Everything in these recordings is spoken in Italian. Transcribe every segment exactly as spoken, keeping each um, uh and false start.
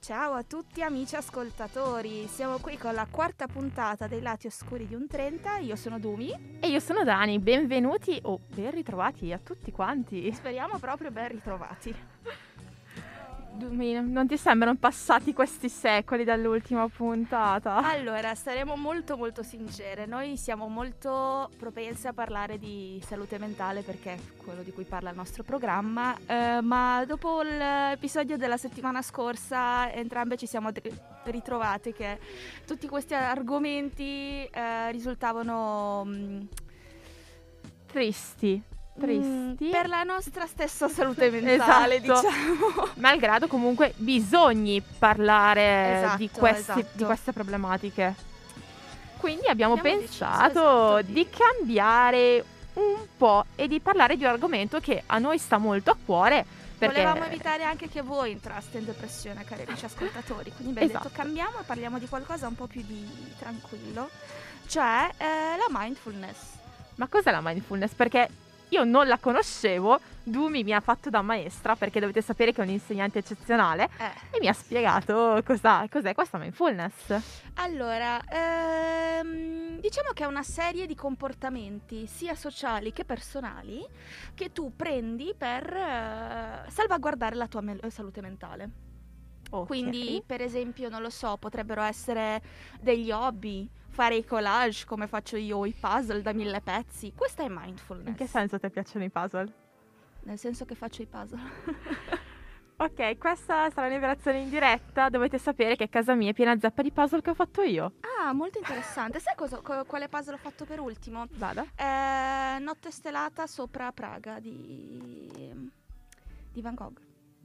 Ciao a tutti amici ascoltatori, siamo qui con la quarta puntata dei Lati Oscuri di un trenta, io sono Dumi. E io sono Dani, benvenuti o ben ritrovati a tutti quanti. Speriamo proprio ben ritrovati. Dumi, non ti sembrano passati questi secoli dall'ultima puntata? Allora, saremo molto molto sincere, noi siamo molto propense a parlare di salute mentale perché è quello di cui parla il nostro programma, eh, ma dopo l'episodio della settimana scorsa entrambe ci siamo ritrovate che tutti questi argomenti eh, risultavano mh, tristi. Tristi. Mm, per la nostra stessa salute mentale, esatto. diciamo. Malgrado comunque bisogni parlare esatto, di, questi, esatto. di queste problematiche. Quindi abbiamo, abbiamo pensato deciso, esatto, di... di cambiare un po' e di parlare di un argomento che a noi sta molto a cuore. Perché... Volevamo evitare anche che voi entraste in depressione, cari amici ascoltatori. Quindi abbiamo esatto. detto cambiamo e parliamo di qualcosa un po' più di tranquillo, cioè eh, la mindfulness. Ma cos'è la mindfulness? Perché io non la conoscevo, Dumi mi ha fatto da maestra perché dovete sapere che è un insegnante eccezionale eh. e mi ha spiegato cosa, cos'è questa mindfulness. Allora, ehm, diciamo che è una serie di comportamenti sia sociali che personali che tu prendi per eh, salvaguardare la tua me- salute mentale. Okay. Quindi, per esempio, non lo so, potrebbero essere degli hobby, fare i collage come faccio io, i puzzle da mille pezzi. Questa è mindfulness. In che senso ti piacciono i puzzle? Nel senso che faccio i puzzle. Ok, questa sarà un'inverazione in diretta. Dovete sapere che casa mia è piena zeppa di puzzle che ho fatto io. Ah, molto interessante. Sai cosa, co- quale puzzle ho fatto per ultimo? Vada. Eh, Notte stellata sopra Praga di, di Van Gogh.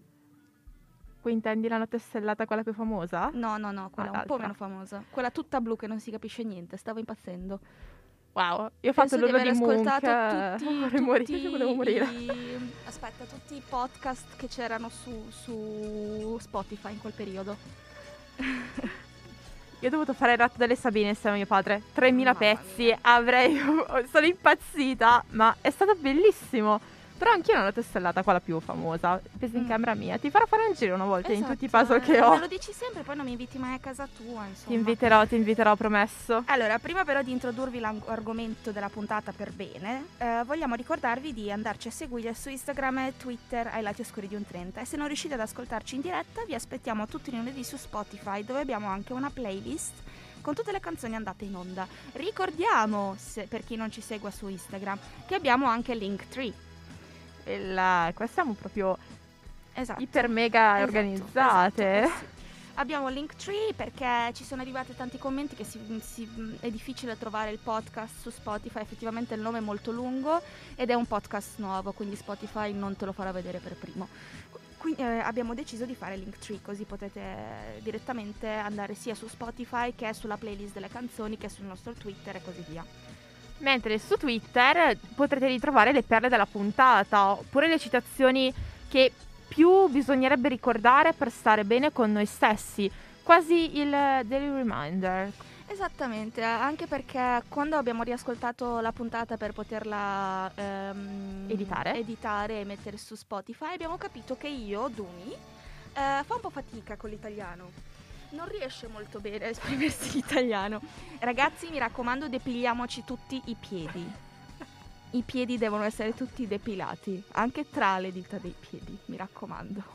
Qui intendi la notte stellata, quella più famosa? No, no, no, quella ah, un po' meno famosa. Quella tutta blu che non si capisce niente, stavo impazzendo. Wow, io ho fatto l'urlo di Munch. Tutti, tutti, tutti volevo morire. I, aspetta, tutti i podcast che c'erano su, su Spotify in quel periodo. Io ho dovuto fare il ratto delle Sabine insieme a mio padre. tremila Mamma pezzi, mia. avrei... sono impazzita, ma è stato bellissimo. Però anch'io ho una notte stellata, quella più famosa, presa in Mm. camera mia. Ti farò fare un giro una volta Esatto, in tutti i puzzle eh, che ho. Me lo dici sempre, poi non mi inviti mai a casa tua, insomma. Ti inviterò, ti inviterò, promesso. Allora, prima però di introdurvi l'argomento della puntata per bene, eh, vogliamo ricordarvi di andarci a seguire su Instagram e Twitter ai Lati Oscuri di un trenta. E se non riuscite ad ascoltarci in diretta, vi aspettiamo tutti i lunedì su Spotify, dove abbiamo anche una playlist con tutte le canzoni andate in onda. Ricordiamo, se, per chi non ci segua su Instagram, che abbiamo anche Linktree. E la... qua siamo proprio Esatto. iper mega Esatto, organizzate. esatto, eh sì. Abbiamo Linktree perché ci sono arrivati tanti commenti che si, si, è difficile trovare il podcast su Spotify. Effettivamente il nome è molto lungo ed è un podcast nuovo, quindi Spotify non te lo farà vedere per primo. Quindi eh, abbiamo deciso di fare Linktree, così potete direttamente andare sia su Spotify che sulla playlist delle canzoni che sul nostro Twitter e così via. Mentre su Twitter potrete ritrovare le perle della puntata, oppure le citazioni che più bisognerebbe ricordare per stare bene con noi stessi, quasi il daily reminder. Esattamente, anche perché quando abbiamo riascoltato la puntata per poterla ehm, editare. editare e mettere su Spotify, abbiamo capito che io, Dumi, eh, fa un po' fatica con l'italiano. Non riesce molto bene a esprimersi in italiano. Ragazzi, mi raccomando, depiliamoci tutti i piedi. I piedi devono essere tutti depilati, anche tra le dita dei piedi, mi raccomando.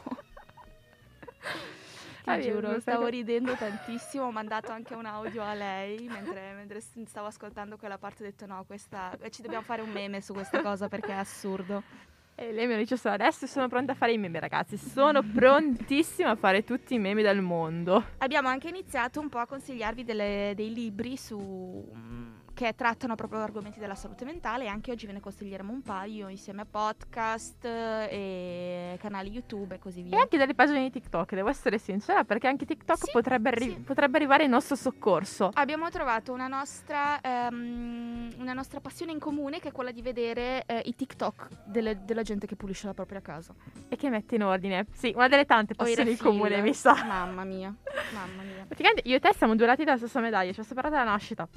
Ti ah, giuro, stavo ridendo tantissimo, ho mandato anche un audio a lei mentre, mentre stavo ascoltando quella parte, ho detto no, questa ci dobbiamo fare un meme su questa cosa perché è assurdo. E lei mi ha detto solo adesso sono pronta a fare i meme, ragazzi, sono prontissima a fare tutti i meme del mondo. Abbiamo anche iniziato un po' a consigliarvi delle, dei libri su che trattano proprio argomenti della salute mentale, e anche oggi ve ne consiglieremo un paio insieme a podcast e canali YouTube e così via. E anche delle pagine di TikTok, devo essere sincera, perché anche TikTok sì, potrebbe, arri- sì. potrebbe arrivare in nostro soccorso. Abbiamo trovato una nostra, um, una nostra passione in comune, che è quella di vedere uh, i TikTok delle, della gente che pulisce la propria casa. E che mette in ordine. Sì, una delle tante O i passioni in refill. comune, mi sa. Mamma mia, mamma mia. Praticamente io e te siamo due lati della stessa medaglia, ci ho separato alla nascita.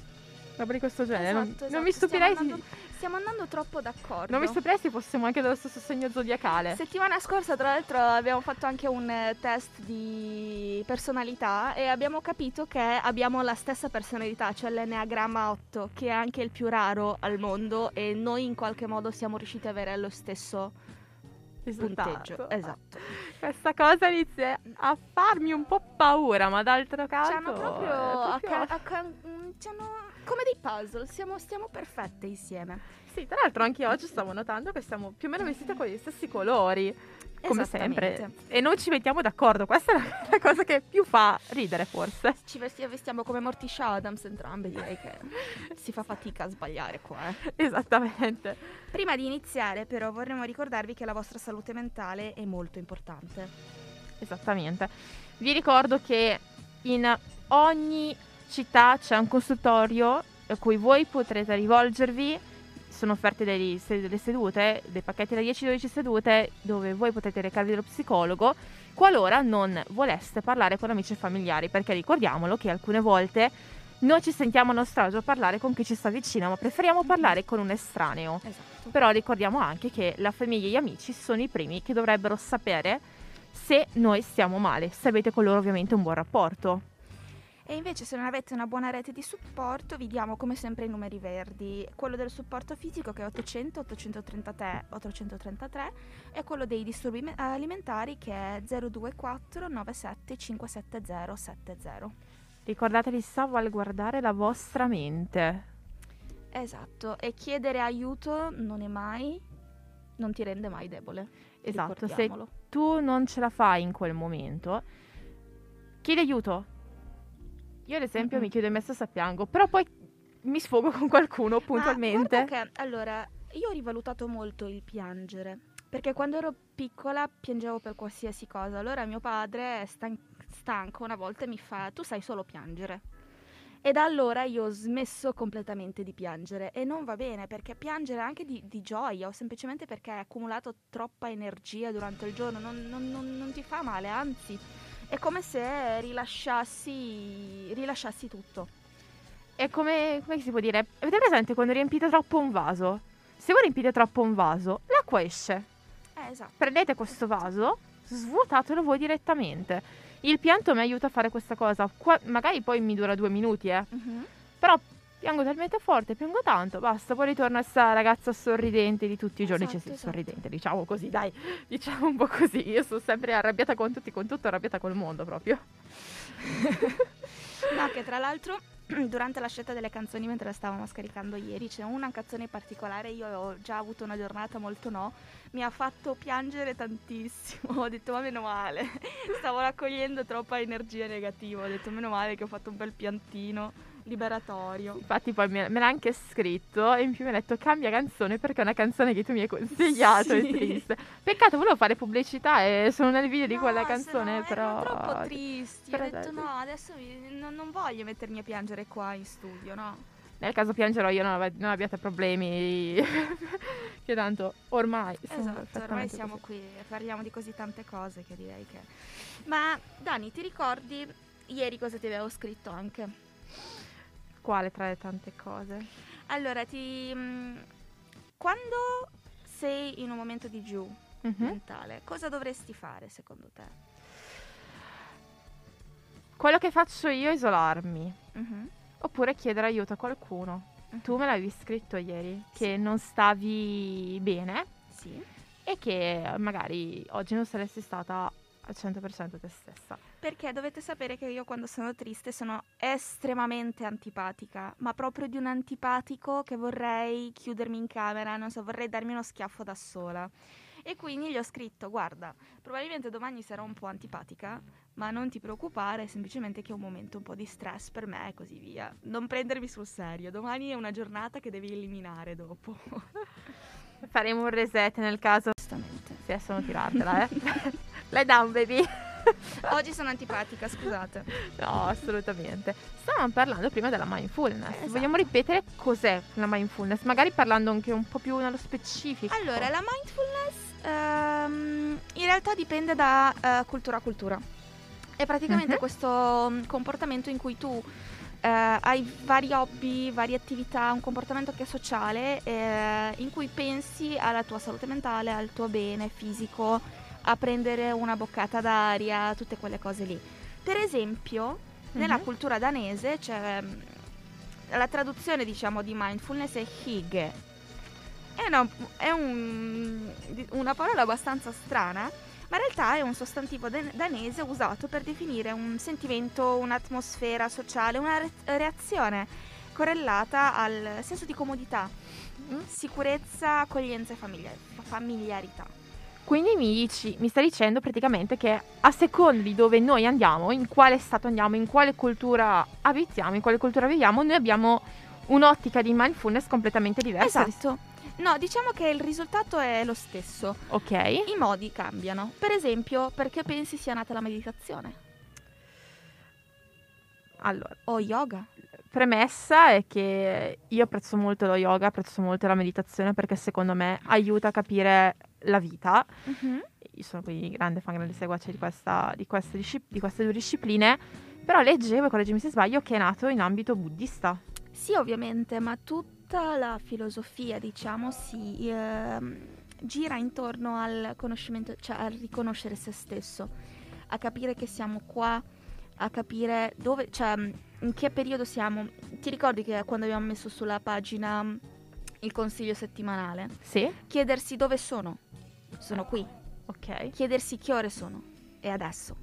roba di questo genere. non, Esatto, non mi esatto, stupirei stiamo se- andando, stiamo andando troppo d'accordo. non mi stupirei se fossimo anche dello stesso segno zodiacale. Settimana scorsa, tra l'altro, abbiamo fatto anche un eh, test di personalità e abbiamo capito che abbiamo la stessa personalità, cioè l'Enneagramma otto, che è anche il più raro al mondo, e noi in qualche modo siamo riusciti ad avere lo stesso punteggio. Esatto. Questa cosa inizia a farmi un po' paura, ma d'altro canto Ci hanno proprio, è proprio- acca- acca- mm, ci hanno- come dei puzzle, siamo, stiamo perfette insieme. Sì, tra l'altro anche oggi stavo notando che siamo più o meno vestite con gli stessi colori, come sempre, Esattamente. e non ci mettiamo d'accordo. Questa è la, la cosa che più fa ridere, forse. Ci vesti- vestiamo come Morticia Adams entrambe, direi che si fa fatica a sbagliare qua. eh. Esattamente. Prima di iniziare, però, vorremmo ricordarvi che la vostra salute mentale è molto importante. Esattamente. Vi ricordo che in ogni città c'è un consultorio a cui voi potrete rivolgervi. Sono offerte dei- se- delle sedute, dei pacchetti da dieci dodici sedute, dove voi potete recarvi dallo psicologo qualora non voleste parlare con amici e familiari, perché ricordiamolo che alcune volte non ci sentiamo a nostro agio a parlare con chi ci sta vicino, ma preferiamo parlare con un estraneo. Esatto. Però ricordiamo anche che la famiglia e gli amici sono i primi che dovrebbero sapere se noi stiamo male, se avete con loro ovviamente un buon rapporto. E invece, se non avete una buona rete di supporto, vi diamo come sempre i numeri verdi. Quello del supporto fisico, che è ottocento ottocentotrentatré ottocentotrentatré, e quello dei disturbi me- alimentari, che è zero due quattro nove sette cinque sette zero sette zero. Ricordate di salvaguardare la vostra mente. Esatto, e chiedere aiuto non è mai, non ti rende mai debole. Esatto, se Ricordiamolo. tu non ce la fai in quel momento, chiedi aiuto. Io ad esempio Mm-mm. mi chiedo in me stessa, piango, però poi mi sfogo con qualcuno Ma puntualmente. guarda che, allora, io ho rivalutato molto il piangere, perché quando ero piccola piangevo per qualsiasi cosa. Allora mio padre, stan- stanco, una volta mi fa: tu sai solo piangere. E da allora io ho smesso completamente di piangere, e non va bene, perché piangere anche di, di gioia, o semplicemente perché hai accumulato troppa energia durante il giorno, non, non- non- non ti fa male, anzi è come se rilasciassi, rilasciassi tutto. È come, come si può dire? Avete presente quando riempite troppo un vaso? Se voi riempite troppo un vaso, l'acqua esce. Eh, esatto. Prendete questo vaso, svuotatelo voi direttamente. Il pianto mi aiuta a fare questa cosa. Qua- magari poi mi dura due minuti, eh. Mhm. Però piango talmente forte, piango tanto, basta. Poi ritorno a sta ragazza sorridente di tutti i giorni. Esatto, Cioè, sì, esatto. sorridente, diciamo così, dai. Diciamo un po' così. Io sono sempre arrabbiata con tutti, con tutto, arrabbiata col mondo proprio. No, che tra l'altro durante la scelta delle canzoni, mentre la stavamo scaricando ieri, c'è una canzone in particolare, io ho già avuto una giornata molto no, mi ha fatto piangere tantissimo. Ho detto: ma meno male, stavo raccogliendo troppa energia negativa, ho detto meno male che ho fatto un bel piantino liberatorio. Infatti poi me me l'ha anche scritto e in più mi ha detto cambia canzone perché è una canzone che tu mi hai consigliato, è Sì. triste. Peccato, volevo fare pubblicità e sono nel video di No, quella se canzone, no, però... erano troppo tristi, però ho detto dai, no, adesso mi- non, non voglio mettermi a piangere qua in studio, no. Nel caso piangerò io, non, ave- non abbiate problemi. Che tanto ormai siamo Esatto, ormai perfettamente siamo così. qui e parliamo di così tante cose che direi che... Ma Dani, ti ricordi ieri cosa ti avevo scritto anche? Quale tra le tante cose? Allora, ti... mh, quando sei in un momento di giù Mhm. mentale, cosa dovresti fare secondo te? Quello che faccio io è isolarmi, Mhm, oppure chiedere aiuto a qualcuno. mhm. Tu me l'avevi scritto ieri, Sì. che non stavi bene Sì. e che magari oggi non saresti stata al cento per cento te stessa. Perché dovete sapere che io quando sono triste sono estremamente antipatica, ma proprio di un antipatico che vorrei chiudermi in camera, non so, vorrei darmi uno schiaffo da sola. E quindi gli ho scritto: guarda, probabilmente domani sarò un po' antipatica, ma non ti preoccupare, è semplicemente che è un momento un po' di stress per me e così via. Non prendermi sul serio, domani è una giornata che devi eliminare dopo. Faremo un reset nel caso Giustamente. se adesso non tirartela, eh. Lay down, baby. Oggi sono antipatica, scusate. No, assolutamente. Stavamo parlando prima della mindfulness. Esatto. Vogliamo ripetere cos'è la mindfulness? Magari parlando anche un po' più nello specifico. Allora, la mindfulness ehm, in realtà dipende da eh, cultura a cultura. È praticamente Mhm. questo mm, comportamento in cui tu eh, hai vari hobby, varie attività, un comportamento che è sociale, eh, in cui pensi alla tua salute mentale, al tuo bene fisico, a prendere una boccata d'aria, tutte quelle cose lì. Per esempio, nella Mhm. cultura danese c'è mm, la traduzione, diciamo, di mindfulness è hygge. È, una, è un- di- una parola abbastanza strana, ma in realtà è un sostantivo dan- danese usato per definire un sentimento, un'atmosfera sociale, una re- reazione correlata al senso di comodità, Mm. sicurezza, accoglienza e famiglia- familiarità. Quindi mi dici, mi stai dicendo praticamente che a seconda di dove noi andiamo, in quale stato andiamo, in quale cultura abitiamo, in quale cultura viviamo, noi abbiamo un'ottica di mindfulness completamente diversa. ris- Esatto. No, diciamo che il risultato è lo stesso. Ok. I modi cambiano. Per esempio, perché pensi sia nata la meditazione? Allora, O yoga? premessa è che io apprezzo molto lo yoga, apprezzo molto la meditazione perché secondo me aiuta a capire la vita. Mhm. Io sono quindi grande fan, grande seguace di, questa, di, queste discip- di queste due discipline, però leggevo, e correggimi se sbaglio, che è nato in ambito buddista. Sì, ovviamente, ma tutta la filosofia, diciamo, si ehm, gira intorno al conoscimento, cioè al riconoscere se stesso, a capire che siamo qua, a capire dove, cioè in che periodo siamo. Ti ricordi che quando abbiamo messo sulla pagina mm, il consiglio settimanale? Sì? Chiedersi dove sono. Sono qui. Ok. Chiedersi che ore sono. E adesso.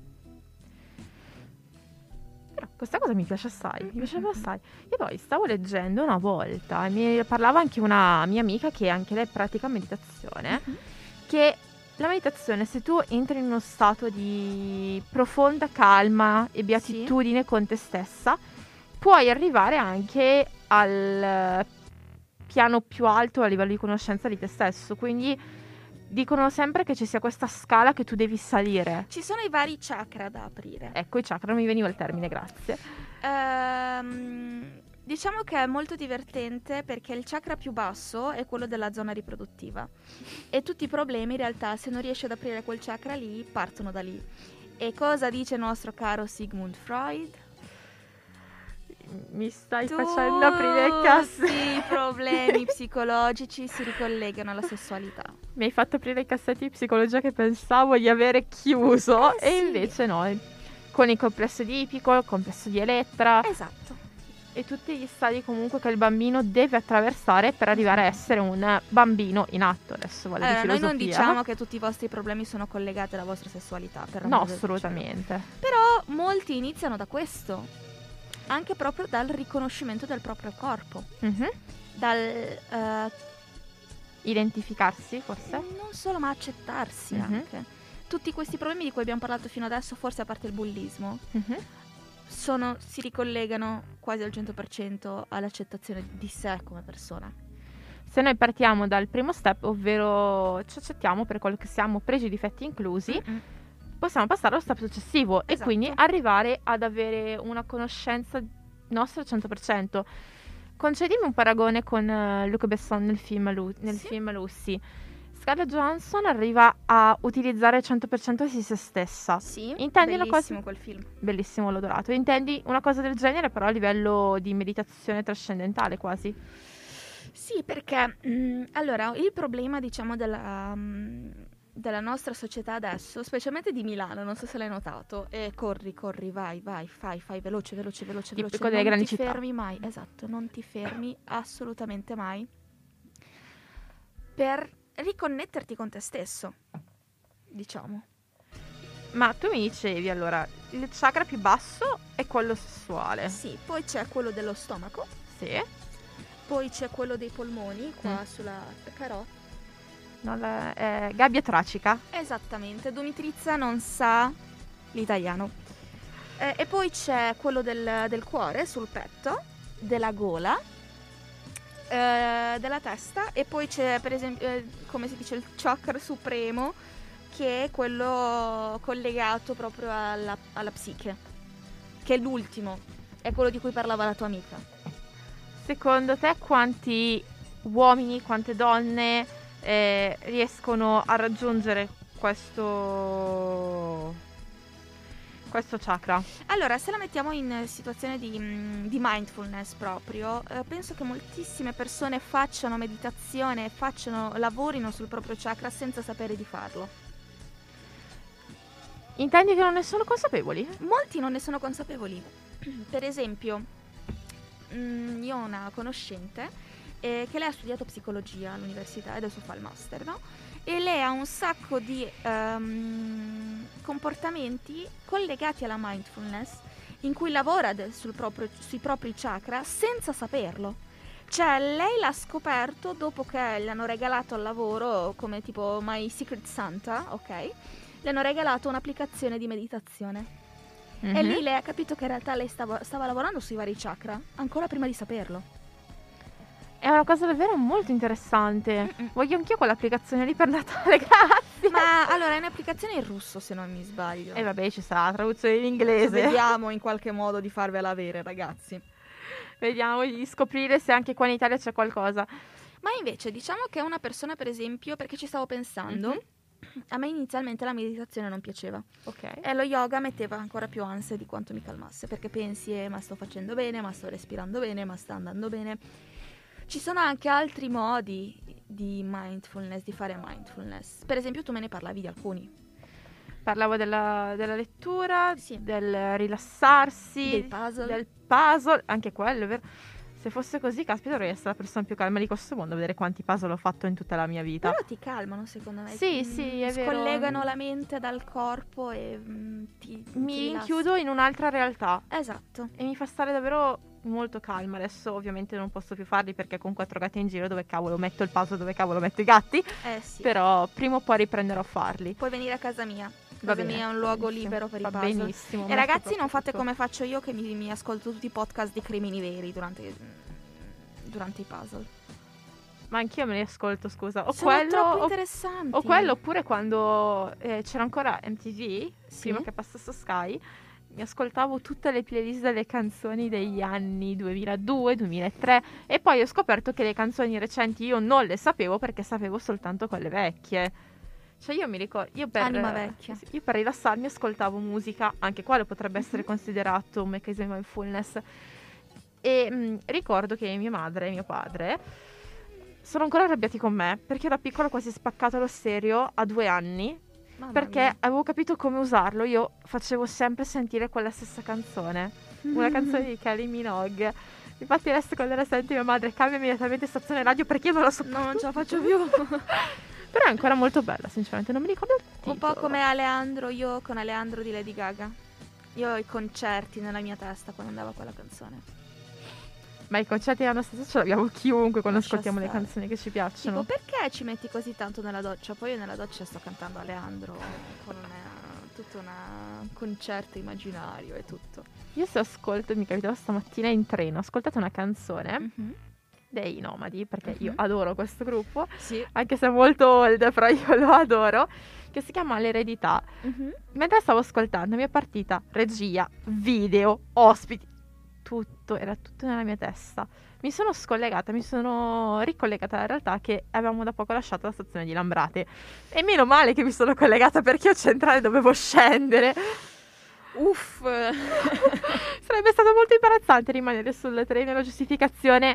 Però questa cosa mi piace assai, mi piace Mm-mm. assai. E poi stavo leggendo una volta, e mi parlava anche una mia amica che anche lei pratica meditazione, Mhm. che la meditazione, se tu entri in uno stato di profonda calma e beatitudine con te stessa, puoi arrivare anche al piano più alto a livello di conoscenza di te stesso. Quindi dicono sempre che ci sia questa scala che tu devi salire. Ci sono i vari chakra da aprire. Ecco, i chakra, non mi veniva il termine, grazie. Ehm, diciamo che è molto divertente perché il chakra più basso è quello della zona riproduttiva e tutti i problemi in realtà, se non riesci ad aprire quel chakra lì, partono da lì. E cosa dice il nostro caro Sigmund Freud? Mi stai facendo aprire il Tutti cassetto. i problemi psicologici si ricollegano alla sessualità. Mi hai fatto aprire i cassetti di psicologia che pensavo di avere chiuso, Eh, e sì. invece no. Con il complesso di Edipo, il complesso di Elettra Esatto. e tutti gli stadi comunque che il bambino deve attraversare per arrivare a essere un bambino in atto. Adesso vale Allora, di noi filosofia. non diciamo che tutti i vostri problemi sono collegati alla vostra sessualità, per No, amor del cielo. assolutamente. Però molti iniziano da questo, anche proprio dal riconoscimento del proprio corpo, Mhm. dal eh, Identificarsi, forse? non solo ma accettarsi Mhm. anche. Tutti questi problemi di cui abbiamo parlato fino adesso, forse a parte il bullismo, Mhm. sono, si ricollegano quasi al cento per cento all'accettazione di sé come persona. Se noi partiamo dal primo step, ovvero ci accettiamo per quello che siamo, pregi e difetti inclusi, Mm-mm. possiamo passare allo step successivo e Esatto. quindi arrivare ad avere una conoscenza nostra al cento per cento. Concedimi un paragone con eh, Luc Besson nel film, Lu- nel Sì. film Lucy. Scarlett Johansson arriva a utilizzare il cento per cento di se stessa. Sì, Intendi una bellissimo cosa- quel film. Bellissimo, l'ho adorato. Intendi una cosa del genere però a livello di meditazione trascendentale quasi. Sì, perché mm, allora il problema, diciamo, della, mm, della nostra società adesso, specialmente di Milano, non so se l'hai notato, è corri, corri, vai, vai, fai, fai, veloce, veloce, veloce, Tipico veloce. delle Non grandi ti città. fermi mai, esatto, non ti fermi assolutamente mai per riconnetterti con te stesso, diciamo. Ma tu mi dicevi allora, il chakra più basso è quello sessuale. Sì, poi c'è quello dello stomaco, Sì. poi c'è quello dei polmoni, qua Mm. sulla carota. Non la- eh, gabbia toracica. Esattamente, Domitrizza non sa l'italiano. Eh, e poi c'è quello del, del cuore sul petto, della gola, eh, della testa, e poi c'è per esempio, eh, come si dice, il chakra supremo, che è quello collegato proprio alla, alla psiche, che è l'ultimo, è quello di cui parlava la tua amica. Secondo te quanti uomini, quante donne eh, riescono a raggiungere questo questo chakra? Allora, se la mettiamo in situazione di, mh, di mindfulness proprio, eh, penso che moltissime persone facciano meditazione, facciano, lavorino sul proprio chakra senza sapere di farlo. Intendi che non ne sono consapevoli? Molti non ne sono consapevoli. Per esempio, mh, io ho una conoscente eh, che lei ha studiato psicologia all'università e adesso fa il master, no? E lei ha un sacco di um, comportamenti collegati alla mindfulness in cui lavora de- sul proprio, sui propri chakra senza saperlo. Cioè, lei l'ha scoperto dopo che le hanno regalato al lavoro, come tipo My Secret Santa, ok? Le hanno regalato un'applicazione di meditazione. Mm-hmm. E lì lei ha capito che in realtà lei stava, stava lavorando sui vari chakra, ancora prima di saperlo. È una cosa davvero molto interessante. Mm-mm. Voglio anch'io quell'applicazione lì per Natale, grazie. Ma allora è un'applicazione in russo, se non mi sbaglio. E vabbè, ci sarà la traduzione in inglese. Vediamo in qualche modo di farvela avere, ragazzi. Vediamo di scoprire se anche qua in Italia c'è qualcosa. Ma invece diciamo che una persona, per esempio, perché ci stavo pensando, mm-hmm. a me inizialmente la meditazione non piaceva. Ok. E lo yoga metteva ancora più ansia di quanto mi calmasse, perché pensi, eh, ma sto facendo bene, ma sto respirando bene, ma sta andando bene. Ci sono anche altri modi di mindfulness, di fare mindfulness. Per esempio tu me ne parlavi di alcuni. Parlavo della, della lettura, sì. del rilassarsi, del puzzle. del puzzle, anche quello, vero? Se fosse così, caspita, dovrei essere la persona più calma di questo mondo, vedere quanti puzzle ho fatto in tutta la mia vita. Però ti calmano, secondo me. Sì, mm, sì, è vero. Scollegano la mente dal corpo e mm, ti, mi ti rinchiudo in un'altra realtà. Esatto. E mi fa stare davvero molto calma. Adesso ovviamente non posso più farli perché con quattro gatti in giro dove cavolo metto il puzzle, dove cavolo metto i gatti. Eh sì. Però prima o poi riprenderò a farli. Puoi venire a casa mia. Va Casa bene, mia è un luogo benissimo. libero per Va i puzzle. benissimo. E ragazzi, non fate come faccio io, che mi, mi ascolto tutti i podcast di crimini veri durante, durante i puzzle. Ma anch'io me li ascolto, scusa. O Sono quello, troppo o, interessanti. o quello, oppure quando eh, c'era ancora M T V, sì? prima che passasse Sky, mi ascoltavo tutte le playlist delle canzoni degli anni duemiladue, duemilatré e poi ho scoperto che le canzoni recenti io non le sapevo perché sapevo soltanto quelle vecchie. Cioè io mi ricordo, io per, Anima vecchia. Io per rilassarmi ascoltavo musica, anche quello potrebbe essere considerato un meccanismo di mindfulness. E mh, ricordo che mia madre e mio padre sono ancora arrabbiati con me perché ero piccola, ho quasi spaccato lo stereo a due anni. Mamma perché mia. Avevo capito come usarlo. Io facevo sempre sentire quella stessa canzone, mm. una canzone di Kylie Minogue. Infatti adesso quando la senti mia madre cambia immediatamente stazione radio perché io non la so, no, non ce la faccio più. Però è ancora molto bella, sinceramente, non mi ricordo il titolo. Un po' come Aleandro, io con Aleandro di Lady Gaga. Io ho i concerti nella mia testa quando andava quella canzone. Ma i concerti della nostra ce l'abbiamo chiunque quando Lascia ascoltiamo stare. le canzoni che ci piacciono. Tipo, perché ci metti così tanto nella doccia? Poi io nella doccia sto cantando Aleandro con una, tutto una, un concerto immaginario e tutto. Io se ascolto, mi capitava stamattina in treno, ho ascoltato una canzone mm-hmm. dei Nomadi, perché mm-hmm. io adoro questo gruppo, sì. anche se è molto old, però io lo adoro, che si chiama L'Eredità. Mm-hmm. Mentre stavo ascoltando mi è partita regia, video, ospiti, tutto, era tutto nella mia testa. Mi sono scollegata, mi sono ricollegata alla realtà che avevamo da poco lasciato la stazione di Lambrate. E meno male che mi sono collegata perché io centrale dovevo scendere. Uff. Sarebbe stato molto imbarazzante rimanere sul treno. La giustificazione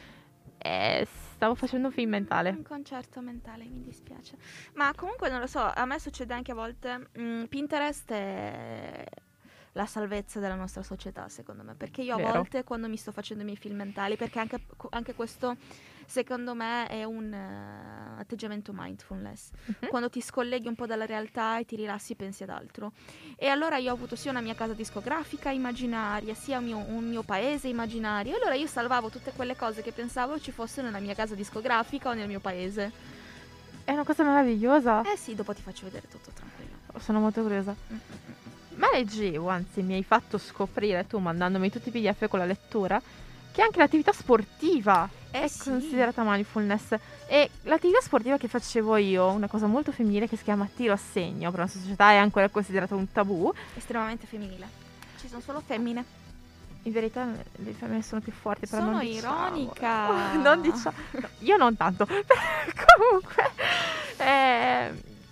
eh, stavo facendo un film mentale. Un concerto mentale, mi dispiace. Ma comunque non lo so, a me succede anche a volte. mm, Pinterest è la salvezza della nostra società, secondo me, perché io a Vero. volte quando mi sto facendo i miei film mentali, perché anche, anche questo secondo me è un uh, atteggiamento mindfulness, uh-huh. quando ti scolleghi un po' dalla realtà e ti rilassi, pensi ad altro. E allora io ho avuto sia una mia casa discografica immaginaria, sia un mio, un mio paese immaginario, e allora io salvavo tutte quelle cose che pensavo ci fossero nella mia casa discografica o nel mio paese. È una cosa meravigliosa. Eh sì, dopo ti faccio vedere tutto, tranquillo. Sono molto curiosa. Mm-mm. Ma leggevo, anzi mi hai fatto scoprire tu mandandomi tutti i P D F con la lettura, che anche l'attività sportiva eh è sì. considerata mindfulness. E l'attività sportiva che facevo io, una cosa molto femminile che si chiama tiro a segno, per la nostra società è ancora considerato un tabù. Estremamente femminile. Ci sono solo femmine. In verità le femmine sono più forti, però sono non diciamo. ironica. non diciamo. No, io non tanto. Comunque, eh,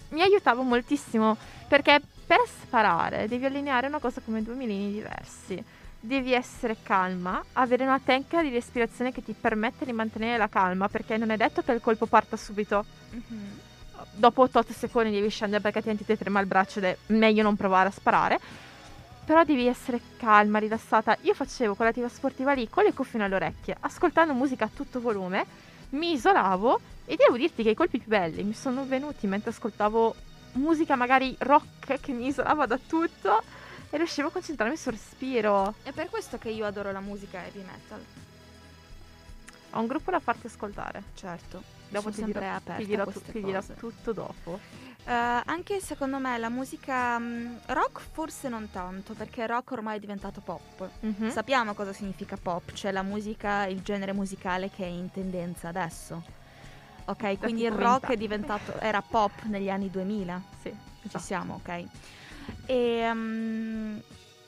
mi aiutava moltissimo, perché per sparare devi allineare una cosa come due millini diversi. Devi essere calma, avere una tecnica di respirazione che ti permette di mantenere la calma, perché non è detto che il colpo parta subito. Mhm. Dopo otto secondi devi scendere perché altrimenti ti trema il braccio ed è meglio non provare a sparare. Però devi essere calma, rilassata. Io facevo quell'attività sportiva lì con le cuffie alle orecchie, ascoltando musica a tutto volume, mi isolavo e devo dirti che i colpi più belli mi sono venuti mentre ascoltavo musica magari rock che mi isolava da tutto e riuscivo a concentrarmi sul respiro. È per questo che io adoro la musica heavy metal. Ho un gruppo da farti ascoltare. Certo. Dopo Sono ti sempre dirò, aperta ti dirò, a tu- queste ti dirò cose. tutto dopo. Eh, anche secondo me la musica mh, rock forse non tanto, perché rock ormai è diventato pop. Mhm. Sappiamo cosa significa pop, cioè la musica, il genere musicale che è in tendenza adesso. Ok, quindi il tipo rock vent'anni. è diventato, era pop negli anni duemila. Sì, Ci esatto. siamo, ok. E mm,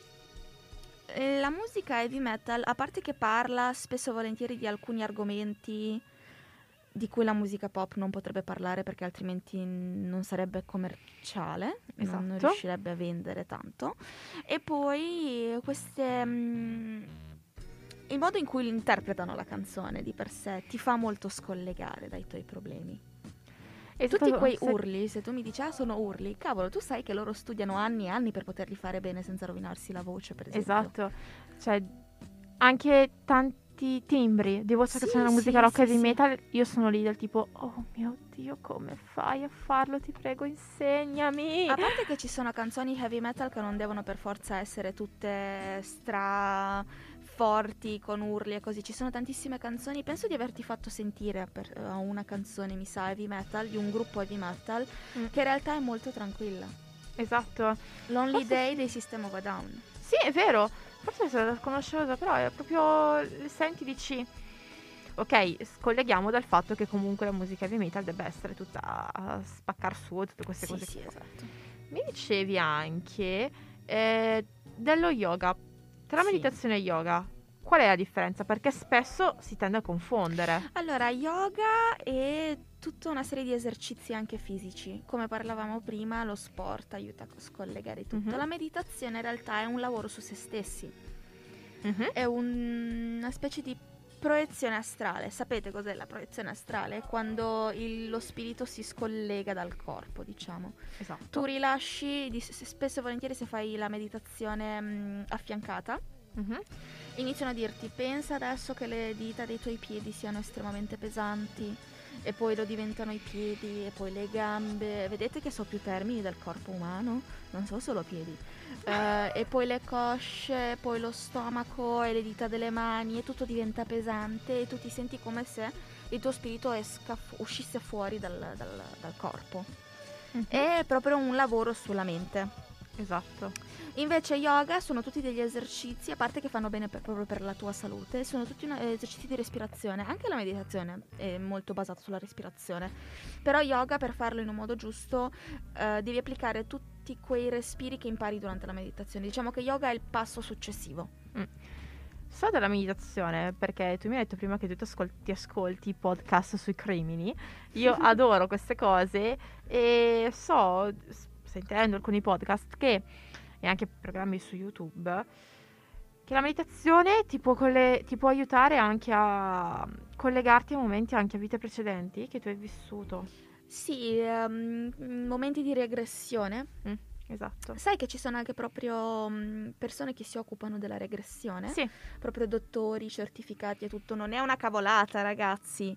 la musica heavy metal, a parte che parla spesso e volentieri di alcuni argomenti di cui la musica pop non potrebbe parlare perché altrimenti non sarebbe commerciale, non- non Esatto. riuscirebbe a vendere tanto. E poi queste... mm, il modo in cui interpretano la canzone di per sé ti fa molto scollegare dai tuoi problemi. Esatto, Tutti quei se- urli, se tu mi dici ah sono urli, cavolo, tu sai che loro studiano anni e anni per poterli fare bene senza rovinarsi la voce, per esempio. Esatto, cioè anche tanti timbri di voce che Sì, c'è nella musica sì, rock sì, e heavy sì. metal, io sono lì del tipo, oh mio Dio, come fai a farlo? Ti prego, insegnami. A parte che ci sono canzoni heavy metal che non devono per forza essere tutte stra forti con urli e così. Ci sono tantissime canzoni. Penso di averti fatto sentire per, uh, una canzone, mi sa, heavy metal, di un gruppo heavy metal, Mm, che in realtà è molto tranquilla. esatto. Lonely Forse Day sì. dei System of a Down. Sì, è vero. Forse se la conoscevo già, però è proprio le senti dici. Ok, scolleghiamo dal fatto che comunque la musica heavy metal debba essere tutta a spaccar su e tutte queste Sì, cose sì, qua. esatto. Mi dicevi anche eh, dello yoga. Tra Sì. meditazione e yoga, qual è la differenza? Perché spesso si tende a confondere. Allora, yoga è tutta una serie di esercizi anche fisici. Come parlavamo prima, lo sport aiuta a scollegare tutto. Mhm. La meditazione in realtà è un lavoro su se stessi. Mhm. È un- una specie di proiezione astrale. Sapete cos'è la proiezione astrale? Quando il- lo spirito si scollega dal corpo, diciamo. Esatto. Tu rilasci, di- s- spesso e volentieri se fai la meditazione mh, affiancata, Mhm. iniziano a dirti pensa adesso che le dita dei tuoi piedi siano estremamente pesanti e poi lo diventano i piedi e poi le gambe. Vedete che so più termini del corpo umano? Non so solo piedi. Eh, e poi le cosce, poi lo stomaco e le dita delle mani e tutto diventa pesante e tu ti senti come se il tuo spirito esca, fu- uscisse fuori dal, dal- dal corpo. Mhm. È proprio un lavoro sulla mente. Esatto. Invece yoga sono tutti degli esercizi, a parte che fanno bene per- proprio per la tua salute, sono tutti una- esercizi di respirazione. Anche la meditazione è molto basata sulla respirazione. Però yoga, per farlo in un modo giusto, eh, devi applicare tutti quei respiri che impari durante la meditazione. Diciamo che yoga è il passo successivo. So della meditazione, perché tu mi hai detto prima che tu ti ascolti, ti ascolti i podcast sui crimini. Io adoro queste cose e so, s- sentendo alcuni podcast che, e anche programmi su YouTube, che la meditazione ti può, colle- ti può aiutare anche a collegarti a momenti, anche a vite precedenti che tu hai vissuto. Sì, ehm, momenti di regressione. Mm, esatto. Sai che ci sono anche proprio mm, persone che si occupano della regressione? Sì, Proprio dottori, certificati e tutto. Non è una cavolata, ragazzi.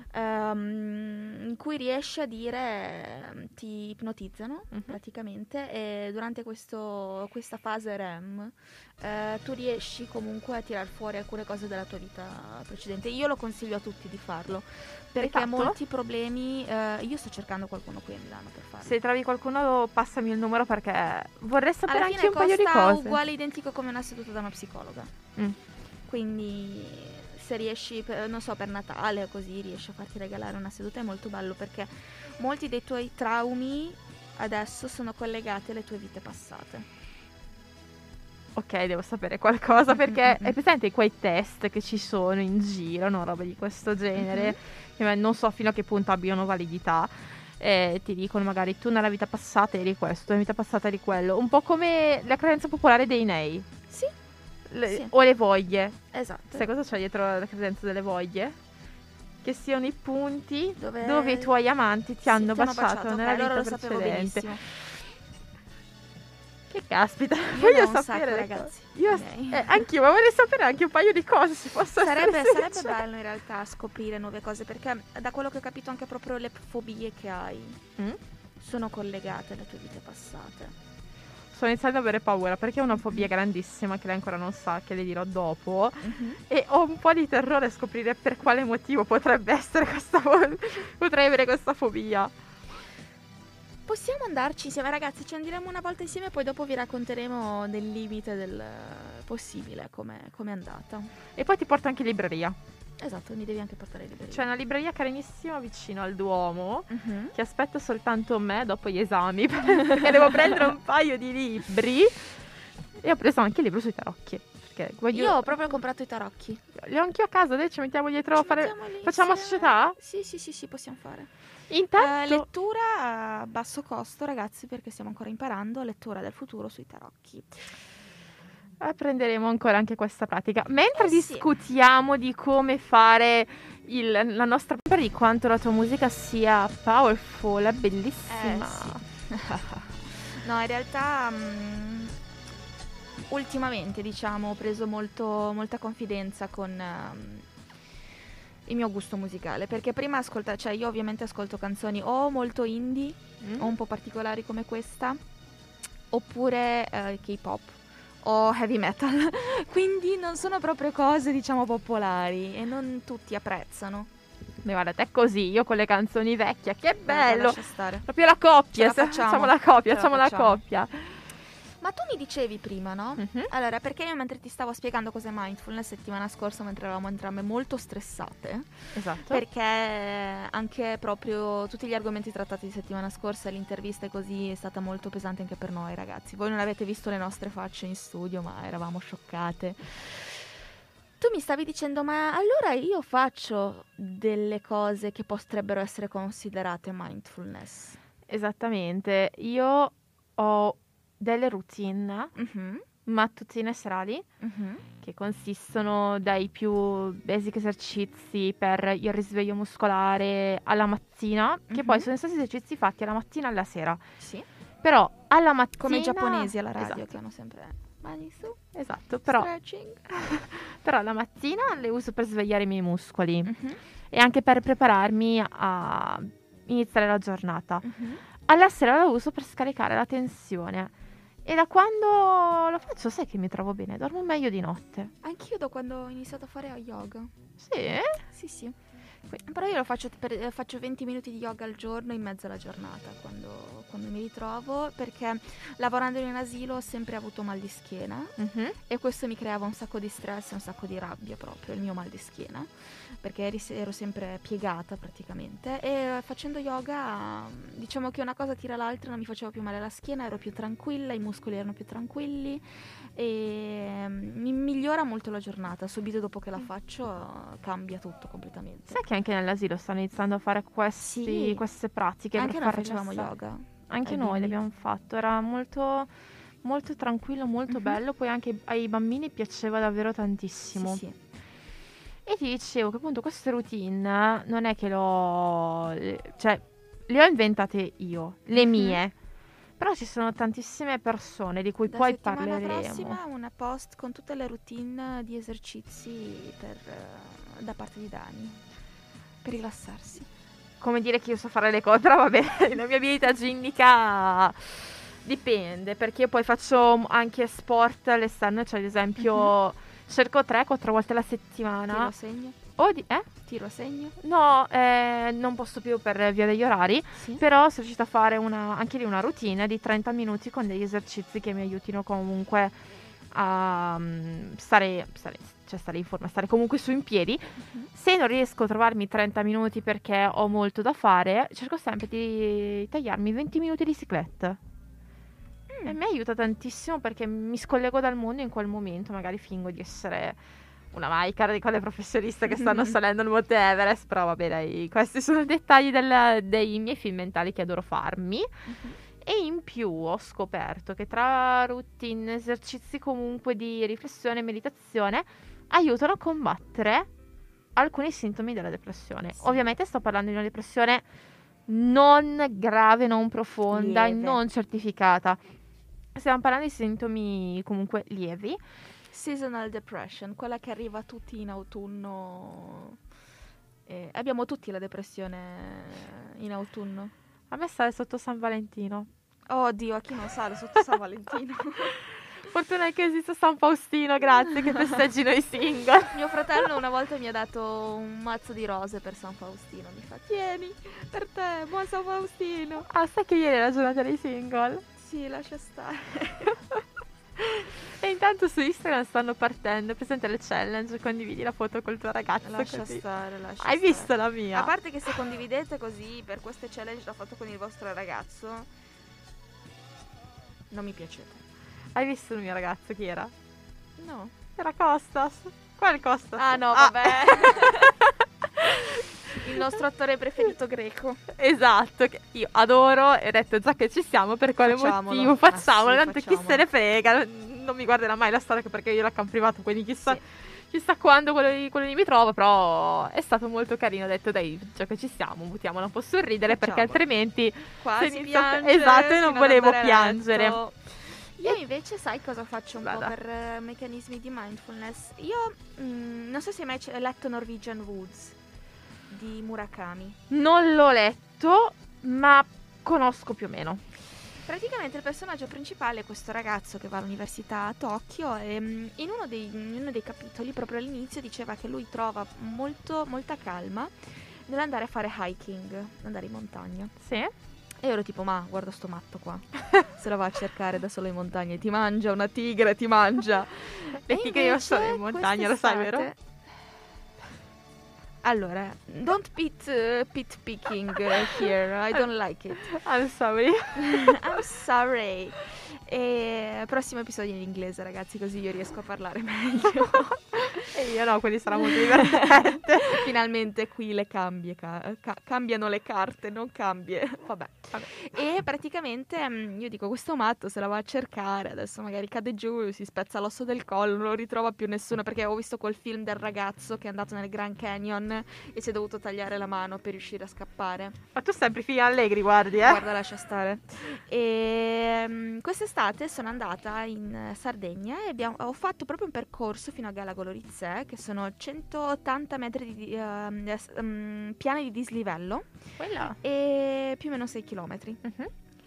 Ehm, in cui riesci a dire, ehm, ti ipnotizzano Mhm. praticamente e durante questo, questa fase R E M eh, tu riesci comunque a tirar fuori alcune cose della tua vita precedente. Io lo consiglio a tutti di farlo perché Esatto. molti problemi, eh, io sto cercando qualcuno qui a Milano per farlo. se trovi qualcuno passami il numero perché vorrei sapere Alla anche fine un paio di costa cose. uguale identico come una seduta da una psicologa. Mm. Quindi se riesci, per- non so, per Natale o così, riesci a farti regalare una seduta è molto bello perché molti dei tuoi traumi adesso sono collegati alle tue vite passate. Ok, devo sapere qualcosa perché Mm, mm, è presente quei test che ci sono in giro, no? Roba di questo genere, Mhm. che non so fino a che punto abbiano validità. e ti dicono magari tu nella vita passata eri questo, nella vita passata eri quello, un po' come la credenza popolare dei nei. Sì. Le- Sì. O le voglie. Esatto. Sai cosa c'è dietro la credenza delle voglie? Che siano i punti Dove, dove i tuoi amanti ti sì, hanno ti hanno baciato, baciato. nella Ok, vita allora lo sapevo precedente. benissimo. Che caspita, Io ne voglio ho un sacco, sapere le ragazzi. cose. Io, Ok. eh, anch'io, ma vorrei sapere anche un paio di cose, se posso Sarebbe, essere sarebbe sincera. bello in realtà scoprire nuove cose, perché da quello che ho capito anche proprio le fobie che hai Mm? sono collegate alle tue vite passate. Sto iniziando ad avere paura perché ho una fobia grandissima che lei ancora non sa, che le dirò dopo. E ho un po' di terrore a scoprire per quale motivo potrebbe essere questa fobia. Potrei avere questa fobia. Possiamo andarci insieme, ragazzi, ci andiremo una volta insieme e poi dopo vi racconteremo nel limite del possibile come è andata. E poi ti porto anche in libreria. Esatto, mi devi anche portare in libreria. C'è una libreria carinissima vicino al Duomo Mhm. che aspetta soltanto me dopo gli esami perché devo prendere un paio di libri. E ho preso anche il libro sui tarocchi. Perché voglio... Io ho proprio comprato i tarocchi. Li ho anch'io a casa, dai, ci mettiamo dietro a Ci fare... mettiamo lì Facciamo insieme. società? Sì, sì, sì, sì, possiamo fare. Intanto... Eh, lettura a basso costo, ragazzi, perché stiamo ancora imparando. Lettura del futuro sui tarocchi. Eh, prenderemo ancora anche questa pratica. Mentre Eh sì. discutiamo di come fare il, la nostra di quanto la tua musica sia powerful, è bellissima. Eh, No, in realtà mm, ultimamente, diciamo, ho preso molto, molta confidenza con ehm, il mio gusto musicale, perché prima ascolta, cioè io ovviamente ascolto canzoni o molto indie Mm? o un po' particolari come questa, oppure eh, K-pop o heavy metal, quindi non sono proprio cose, diciamo, popolari e non tutti apprezzano. Beh, guarda, te così, io con le canzoni vecchie, che Guarda, bello! lascia stare. Proprio la coppia, Ce la se- facciamo. facciamo la coppia, Ce la facciamo la facciamo. coppia. Ma tu mi dicevi prima, no? Mhm. Allora, perché io mentre ti stavo spiegando cos'è mindfulness settimana scorsa, mentre eravamo entrambe molto stressate, Esatto. perché anche proprio tutti gli argomenti trattati di settimana scorsa, l'intervista e così, è stata molto pesante anche per noi, ragazzi. Voi non avete visto le nostre facce in studio, ma eravamo scioccate. Tu mi stavi dicendo, ma allora io faccio delle cose che potrebbero essere considerate mindfulness. Esattamente, io ho delle routine Mhm, mattutine e serali mhm, che consistono dai più basic esercizi per il risveglio muscolare alla mattina, che Mhm. poi sono gli stessi esercizi fatti alla mattina e alla sera. Sì. Però alla mattina... Come i giapponesi alla radio, Esatto, che hanno sempre mani su, esatto, però, stretching. però la mattina le uso per svegliare i miei muscoli Mhm, e anche per prepararmi a iniziare la giornata. mhm. Alla sera la uso per scaricare la tensione. E da quando lo faccio, sai che mi trovo bene, dormo meglio di notte. Anch'io da quando ho iniziato a fare yoga. Sì? Sì, sì. Però io lo faccio, per, eh, faccio venti minuti di yoga al giorno in mezzo alla giornata, quando, quando mi ritrovo, perché lavorando in un asilo ho sempre avuto mal di schiena Mhm. e questo mi creava un sacco di stress e un sacco di rabbia proprio, il mio mal di schiena, perché eri- ero sempre piegata praticamente e eh, facendo yoga mm, diciamo che una cosa tira l'altra, non mi faceva più male la schiena, ero più tranquilla, i muscoli erano più tranquilli e mm, mi migliora molto la giornata, subito dopo che la faccio eh, cambia tutto completamente. Sai che anche nell'asilo stanno iniziando a fare questi, Sì. queste pratiche Anche per noi far facevamo rilassare. yoga. Anche ai noi bimbi. l'abbiamo fatto, era molto, molto tranquillo, molto Mhm. bello, poi anche ai bambini piaceva davvero Sì, tantissimo. sì. E ti dicevo che appunto queste routine non è che l'ho... cioè, le ho inventate io, le Mhm. mie. Però ci sono tantissime persone di cui Da poi settimana parleremo. prossima una post con tutte le routine di esercizi per, eh, da parte di Dani per rilassarsi. Come dire che io so fare le cose, però vabbè, la mia abilità ginnica dipende, perché io poi faccio anche sport all'esterno, cioè ad esempio cerco tre quattro volte alla Tiro settimana. a segno? O di... eh? Tiro a segno? No, eh, non posso più per via degli orari, Sì. però sono riuscita a fare una, anche lì una routine di trenta minuti con degli esercizi che mi aiutino comunque a mm, stare, stare, cioè stare in forma, stare comunque su in piedi. Mhm. Se non riesco a trovarmi trenta minuti perché ho molto da fare, cerco sempre di tagliarmi venti minuti di cyclette. Mm. E mi aiuta tantissimo perché mi scollego dal mondo in quel momento, magari fingo di essere una Maikar di quelle professioniste che stanno salendo il Monte Everest, però vabbè dai, questi sono i dettagli del- dei miei film mentali che adoro farmi. Mhm. E in più ho scoperto che tra routine, esercizi comunque di riflessione e meditazione aiutano a combattere alcuni sintomi della depressione. Sì. Ovviamente sto parlando di una depressione non grave, non profonda, Lieve. non certificata. Stiamo parlando di sintomi comunque lievi. Seasonal depression, quella che arriva a tutti in autunno. Eh, abbiamo tutti la depressione in autunno. A me sale sotto San Valentino. Oddio, a chi non sale sotto San Valentino? Fortuna che esiste San Faustino, grazie, che festeggino i single. Mio fratello una volta mi ha dato un mazzo di rose per San Faustino. Mi fa, tieni, per te, buon San Faustino. Ah, sai che ieri è la giornata dei single? Sì, lascia stare. E intanto su Instagram stanno partendo, presente le challenge, condividi la foto col tuo ragazzo. Lascia così. stare, lascia Hai stare. visto la mia? A parte che se condividete così per queste challenge la foto con il vostro ragazzo, non mi piacete. Hai visto il mio ragazzo chi era? No. Era Costas. Qual Costas? Ah no, Ah. vabbè. Il nostro attore preferito greco. Esatto, che io adoro e ho detto già che ci siamo, per quale Facciamolo. motivo Ah, facciamolo, sì, tanto chi facciamolo. se ne frega, non mi guarderà mai la storia perché io l'account privato, quindi chissà, Sì. chissà quando quello lì, quello lì mi trovo, però è stato molto carino, ho detto dai, già che ci siamo, buttiamola un po' sul ridere perché Facciamolo. altrimenti Qua se si inizio a- piange esatto, io non fino ad volevo andare a piangere. letto. Io invece sai cosa faccio un Vada. po' per eh, meccanismi di mindfulness? Io mm, non so se hai mai c- letto Norwegian Woods di Murakami. Non l'ho letto, ma conosco più o meno. Praticamente il personaggio principale è questo ragazzo che va all'università a Tokyo e mm, in, uno dei, in uno dei capitoli, proprio all'inizio, diceva che lui trova molto, molta calma nell'andare a fare hiking, andare in montagna. Sì? E io ero tipo, ma guarda sto matto qua, se la va a cercare da solo in montagna, ti mangia una tigre, ti mangia. Le E tigri non sono invece in montagna, lo sai, vero? quest'estate- Allora, don't pit, uh, pit picking uh, here, I don't like it. I'm sorry. I'm sorry. E prossimo episodio in inglese, ragazzi, così io riesco a parlare meglio. E io no, quindi sarà molto divertente. Finalmente qui le cambie, ca- ca- cambiano le carte, non cambie. Vabbè. Vabbè. E praticamente mm, io dico, questo matto se la va a cercare, adesso magari cade giù, si spezza l'osso del collo, non lo ritrova più nessuno, perché ho visto quel film del ragazzo che è andato nel Grand Canyon e si è dovuto tagliare la mano per riuscire a scappare. Ma tu sempre figli allegri, guardi, eh? Guarda, lascia stare. E mm, quest'estate sono andata in eh, Sardegna e abbiamo- ho fatto proprio un percorso fino a Galagolorizze, che sono centottanta metri di ehm, es- mm, piani di dislivello Quella. e più o meno sei chilometri. Mhm.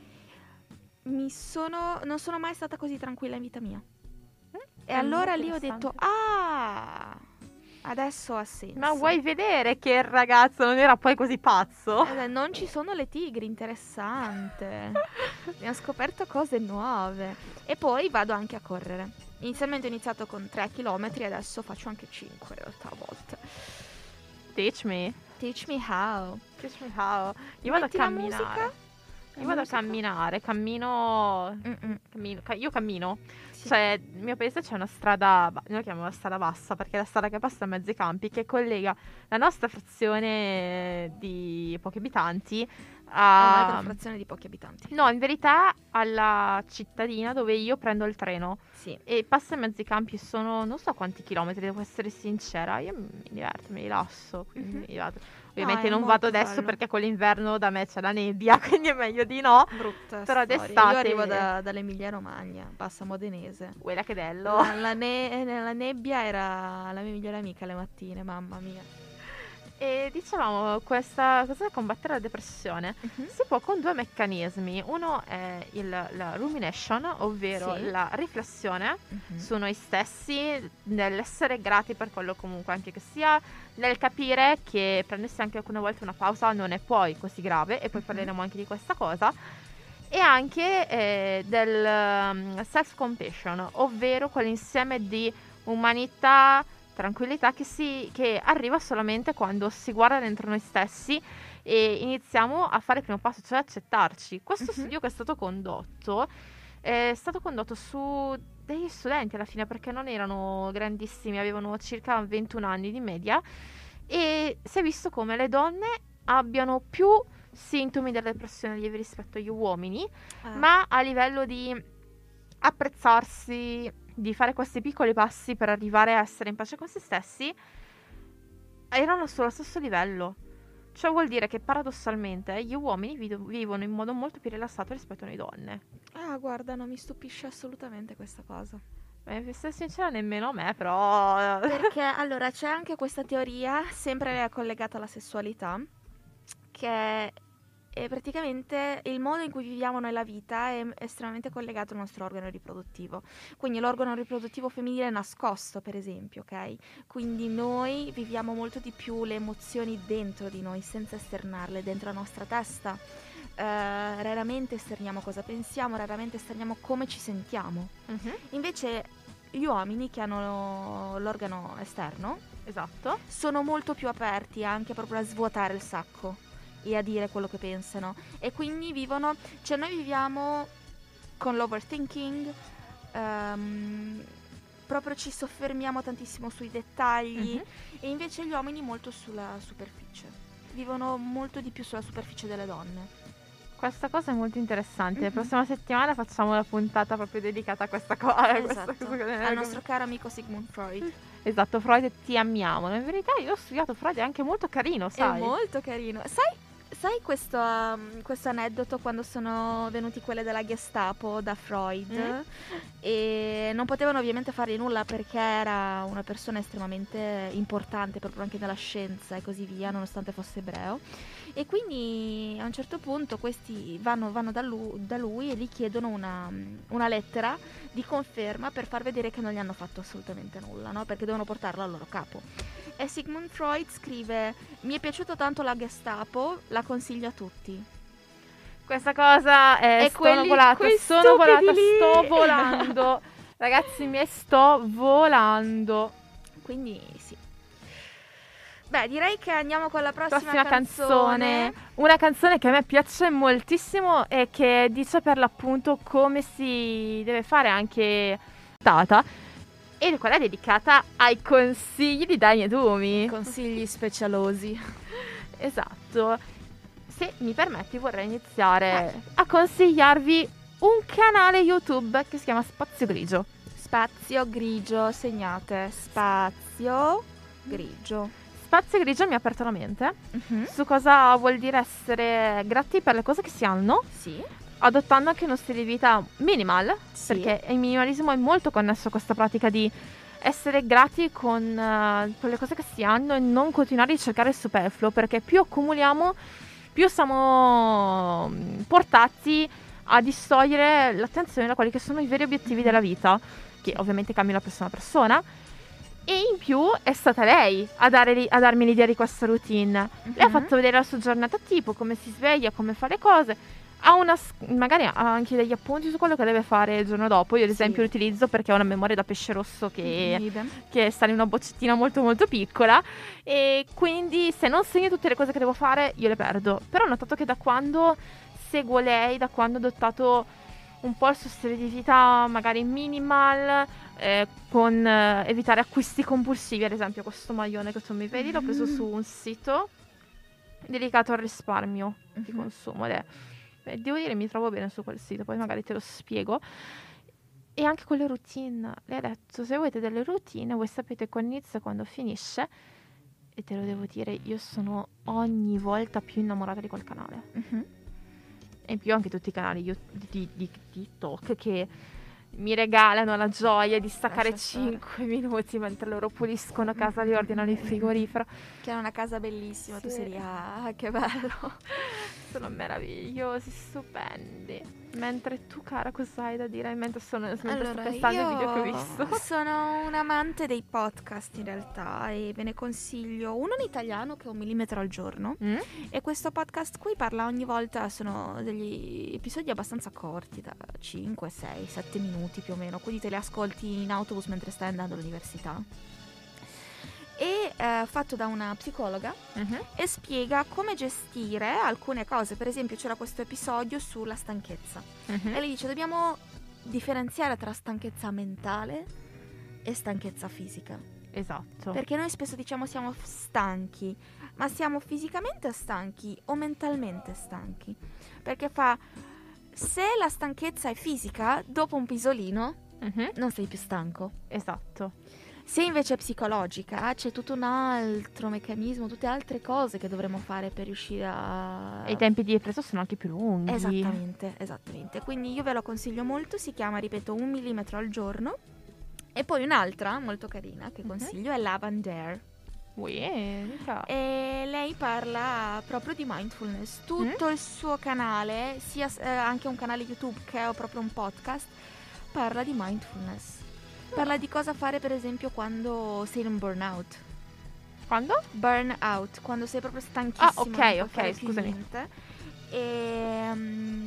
Mi sono, non sono mai stata così tranquilla in vita mia. Mm, E è allora molto lì ho detto, interessante. ah, adesso ha senso. Ma vuoi vedere che il ragazzo non era poi così pazzo? Eh, non ci sono le tigri, interessante. Abbiamo scoperto cose nuove. E poi vado anche a correre. Inizialmente ho iniziato con tre chilometri, adesso faccio anche cinque in realtà a volte. Teach me. Teach me how. Teach me how. Io vado a Metti la camminare. musica? La Io vado a musica? camminare, cammino... Mm-mm. cammino ca- io cammino. Sì. Cioè, nel mio paese c'è una strada, ba- noi la chiamiamo la strada bassa perché è la strada che passa a mezzi campi che collega la nostra frazione di pochi abitanti È un'altra a... frazione di pochi abitanti. No, in verità alla cittadina dove io prendo il treno Sì. e passa in mezzi campi, sono non so quanti chilometri, devo essere sincera, io mi diverto, mi rilasso, quindi Mhm. mi diverto. Ovviamente è non molto vado adesso bello. perché con l'inverno da me c'è la nebbia, quindi è meglio di no. Brutta Però storia. d'estate- Io arrivo da- dall'Emilia Romagna, bassa modenese. Quella che bello. La, la ne- la nebbia era la mia migliore amica le mattine, mamma mia. E dicevamo, questa cosa da combattere la depressione si può con due meccanismi. Uno è il, la rumination, ovvero Sì. la riflessione Mhm. su noi stessi, nell'essere grati per quello comunque anche che sia, nel capire che prendersi anche alcune volte una pausa non è poi così grave, e poi Mhm. parleremo anche di questa cosa, e anche eh, del um, self-compassion, ovvero quell'insieme di umanità, tranquillità che, si, che arriva solamente quando si guarda dentro noi stessi e iniziamo a fare il primo passo, cioè accettarci. Questo Mhm. studio che è stato condotto è stato condotto su degli studenti alla fine, perché non erano grandissimi, avevano circa ventuno anni di media, e si è visto come le donne abbiano più sintomi della depressione lievi rispetto agli uomini, Ah. ma a livello di apprezzarsi, di fare questi piccoli passi per arrivare a essere in pace con se stessi, erano sullo stesso livello. Cioè vuol dire che paradossalmente gli uomini vivo- vivono in modo molto più rilassato rispetto a noi donne. Ah, guarda, non mi stupisce assolutamente questa cosa. Eh, per essere sincera, nemmeno a me, però... Perché allora c'è anche questa teoria, sempre collegata alla sessualità, che è praticamente il modo in cui viviamo noi la vita è estremamente collegato al nostro organo riproduttivo. Quindi l'organo riproduttivo femminile è nascosto, per esempio, ok? Quindi noi viviamo molto di più le emozioni dentro di noi, senza esternarle, dentro la nostra testa. Eh, raramente esterniamo cosa pensiamo, raramente esterniamo come ci sentiamo. Mhm, Invece gli uomini che hanno l'organo esterno esatto. sono molto più aperti anche proprio a svuotare il sacco e a dire quello che pensano, e quindi vivono, cioè noi viviamo con l'overthinking, ehm, proprio ci soffermiamo tantissimo sui dettagli, Mhm. e invece gli uomini molto sulla superficie, vivono molto di più sulla superficie delle donne. Questa cosa è molto interessante. La Mhm. prossima settimana facciamo una puntata proprio dedicata a questa cosa. a questa Esatto, cosa- al nostro caro amico Sigmund Freud. Esatto, Freud, ti amiamo. In verità io ho studiato Freud, è anche molto carino, sai? È molto carino. Sai, sai questo, um, questo aneddoto quando sono venuti quelle della Gestapo da Freud? Mm. E non potevano ovviamente fargli nulla perché era una persona estremamente importante proprio anche nella scienza e così via, nonostante fosse ebreo. E quindi a un certo punto questi vanno, vanno da, lui, da lui e gli chiedono una, una lettera di conferma per far vedere che non gli hanno fatto assolutamente nulla, no? Perché devono portarlo al loro capo. E Sigmund Freud scrive: mi è piaciuto tanto la Gestapo, la consiglio a tutti. Questa cosa è E sono quelli- volata, quei sono volata, stupidi lì. sto volando. Ragazzi miei, sto volando. Quindi sì. Beh, direi che andiamo con la prossima, Prossima canzone. Una canzone che a me piace moltissimo e che dice per l'appunto come si deve fare anche data. E quella è dedicata ai consigli di Dani e Dumi. Consigli specialosi. Esatto. Se mi permetti vorrei iniziare a consigliarvi un canale YouTube che si chiama Spazio Grigio. Spazio grigio, segnate. Spazio grigio. Spazio Grigio mi ha aperto la mente Mhm. su cosa vuol dire essere grati per le cose che si hanno, Sì. adottando anche uno stile di vita minimal, Sì. perché il minimalismo è molto connesso a questa pratica di essere grati con, eh, con le cose che si hanno e non continuare a cercare il superfluo, perché più accumuliamo, più siamo mm, portati a distogliere l'attenzione da quelli che sono i veri obiettivi della vita, che ovviamente cambiano da persona a persona. E in più è stata lei a, dare li- a darmi l'idea di questa routine. Lei ha Mhm. fatto vedere la sua giornata tipo, come si sveglia, come fa le cose. Ha una, s- magari ha anche degli appunti su quello che deve fare il giorno dopo. Io ad Sì. esempio l'utilizzo perché ho una memoria da pesce rosso che, Idem. che sta in una boccettina molto molto piccola. E quindi se non segno tutte le cose che devo fare io le perdo. Però ho notato che da quando seguo lei, da quando ho adottato un po' il suo stile di vita magari minimal, eh, con eh, evitare acquisti compulsivi, ad esempio questo maglione che tu mi vedi l'ho preso su un sito dedicato al risparmio di Mhm. consumo ed è- beh, devo dire mi trovo bene su quel sito, poi magari te lo spiego. E anche con le routine, lei ha detto se avete delle routine voi sapete quando inizia e quando finisce, e te lo devo dire, io sono ogni volta più innamorata di quel canale. Mhm. E in più anche tutti i canali io- di, di- di TikTok che mi regalano la gioia di staccare Lascia stare. cinque minuti mentre loro puliscono casa, riordinano il frigorifero. Che è una casa bellissima, tu Sì. sei lì, ah, che bello. Sono meravigliosi, stupendi. Mentre tu, cara, cosa hai da dire? Mentre, sono, mentre sto Allora, pensando io ai video che ho visto. sono un amante dei podcast in realtà e ve ne consiglio uno in italiano che è un millimetro al giorno. Mm? E questo podcast qui parla ogni volta, sono degli episodi abbastanza corti, da cinque, sei, sette minuti più o meno, quindi te li ascolti in autobus mentre stai andando all'università. E eh, fatto da una psicologa Mhm. e spiega come gestire alcune cose. Per esempio c'era questo episodio sulla stanchezza Mhm. e lei dice dobbiamo differenziare tra stanchezza mentale e stanchezza fisica. Esatto. Perché noi spesso diciamo siamo stanchi, ma siamo fisicamente stanchi o mentalmente stanchi? Perché fa, se la stanchezza è fisica, dopo un pisolino Mhm. non sei più stanco. Esatto. Se invece è psicologica, c'è tutto un altro meccanismo, tutte altre cose che dovremmo fare per riuscire a... E i tempi di ripresa sono anche più lunghi. Esattamente, esattamente. Quindi io ve lo consiglio molto, si chiama, ripeto, un millimetro al giorno. E poi un'altra molto carina che Mhm. consiglio è Lavender. Ui, eh, mica. E lei parla proprio di mindfulness. Tutto il suo canale, sia eh, anche un canale YouTube che è proprio un podcast, parla di mindfulness. Parla di cosa fare, per esempio, quando sei in un burnout. Quando? Burnout, quando sei proprio stanchissimo. Ah, ok, non puoi ok, fare più scusami. niente. E mm,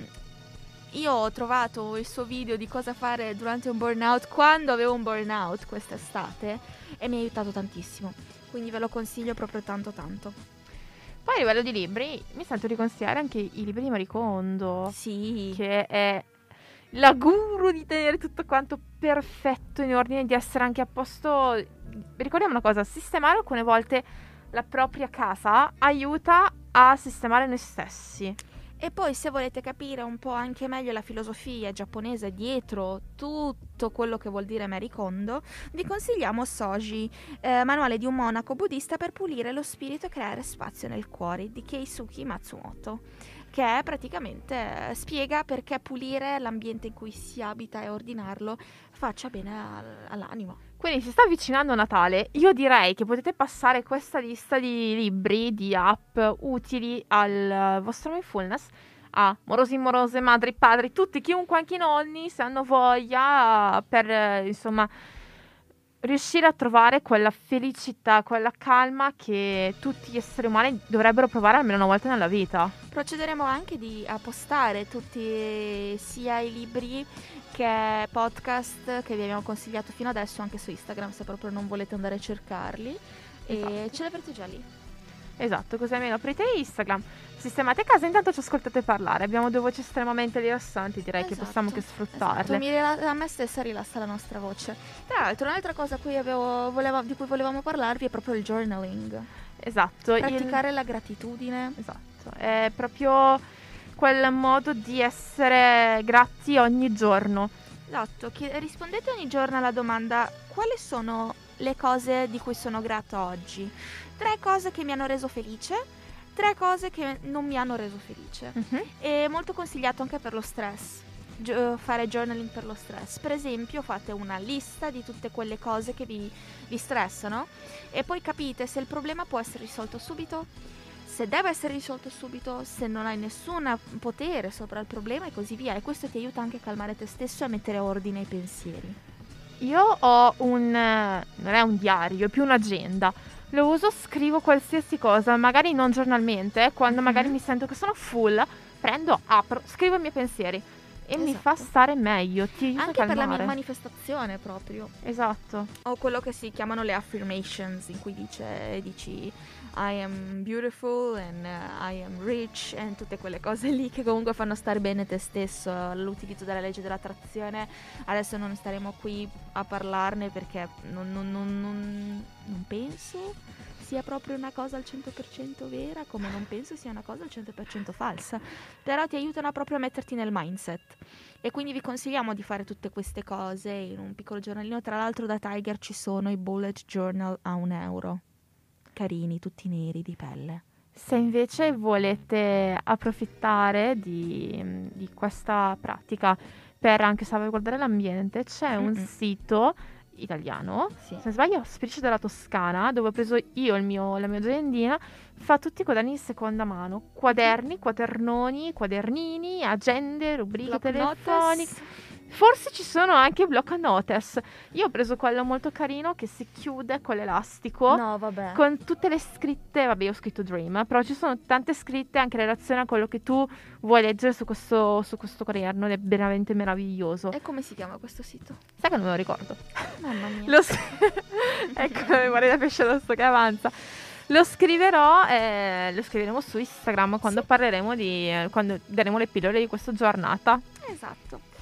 io ho trovato il suo video di cosa fare durante un burnout quando avevo un burnout quest'estate e mi ha aiutato tantissimo. Quindi ve lo consiglio proprio tanto tanto. Poi a livello di libri, mi sento di consigliare anche i libri di Marie Kondo, Sì. che è la guru di tenere tutto quanto perfetto in ordine, di essere anche a posto. Ricordiamo una cosa, sistemare alcune volte la propria casa aiuta a sistemare noi stessi. E poi, se volete capire un po' anche meglio la filosofia giapponese dietro tutto quello che vuol dire Marie Kondo, vi consigliamo Soji, eh, manuale di un monaco buddista per pulire lo spirito e creare spazio nel cuore, di Keisuke Matsumoto, che è praticamente eh, spiega perché pulire l'ambiente in cui si abita e ordinarlo faccia bene al- all'anima. Quindi si sta avvicinando Natale, io direi che potete passare questa lista di libri, di app utili al eh, vostro mindfulness a morosi, morose, madri, padri, tutti, chiunque, anche i nonni, se hanno voglia, per eh, insomma riuscire a trovare quella felicità, quella calma che tutti gli esseri umani dovrebbero provare almeno una volta nella vita. Procederemo anche di, a postare tutti sia i libri che podcast che vi abbiamo consigliato fino adesso anche su Instagram, se proprio non volete andare a cercarli, e Esatto. ce li avrete già lì. Esatto, così almeno aprite Instagram, sistemate casa, intanto ci ascoltate parlare. Abbiamo due voci estremamente rilassanti, direi che Esatto, possiamo che esatto. sfruttarle. Mi rila- a me stessa rilassa la nostra voce. Tra l'altro, un'altra cosa cui avevo- voleva- di cui volevamo parlarvi è proprio il journaling. Esatto, il- Praticare la gratitudine. esatto, è proprio quel modo di essere grati ogni giorno. Esatto, chi- rispondete ogni giorno alla domanda: quali sono le cose di cui sono grata oggi? Tre cose che mi hanno reso felice, tre cose che non mi hanno reso felice. Mhm. È molto consigliato anche per lo stress, gio- fare journaling per lo stress. Per esempio, fate una lista di tutte quelle cose che vi, vi stressano e poi capite se il problema può essere risolto subito, se deve essere risolto subito, se non hai nessun potere sopra il problema e così via. E questo ti aiuta anche a calmare te stesso e a mettere ordine ai pensieri. Io ho un... eh, non è un diario, è più un'agenda. Lo uso, scrivo qualsiasi cosa, magari non giornalmente, quando Mhm. magari mi sento che sono full, prendo, apro, scrivo i miei pensieri e mi fa Esatto. stare meglio, ti aiuta Anche a per la calmare. mia manifestazione proprio. Esatto. O quello che si chiamano le affirmations, in cui dice, dici I am beautiful and uh, I am rich e tutte quelle cose lì che comunque fanno stare bene te stesso. L'utilizzo della legge dell'attrazione, adesso non staremo qui a parlarne perché non, non- non- non- non penso sia proprio una cosa al cento per cento vera, come non penso sia una cosa al cento per cento falsa, però ti aiutano proprio a metterti nel mindset. E quindi vi consigliamo di fare tutte queste cose in un piccolo giornalino. Tra l'altro da Tiger ci sono i bullet journal a un euro. Carini, tutti neri di pelle. Se invece volete approfittare di, di questa pratica per anche salvaguardare l'ambiente, c'è un Mm-mm. sito italiano, Sì. se non sbaglio, Spirito della Toscana, dove ho preso io il mio, la mia agendina, fa tutti i quaderni di seconda mano, quaderni, quaternoni, quadernini, agende, rubriche Block telefoniche. notice. Forse ci sono anche block notice. Io ho preso quello molto carino che si chiude con l'elastico. No, vabbè. Con tutte le scritte, vabbè, io ho scritto Dream, eh, però ci sono tante scritte anche in relazione a quello che tu vuoi leggere su questo, su questo quaderno ed è veramente meraviglioso. E come si chiama questo sito? Sai che non me lo ricordo. Mamma mia. Lo scri- ecco la memoria da pesce rosso che avanza. Lo scriverò, eh, lo scriveremo su Instagram quando Sì. parleremo di, eh, quando daremo le pillole di questa giornata. Esatto.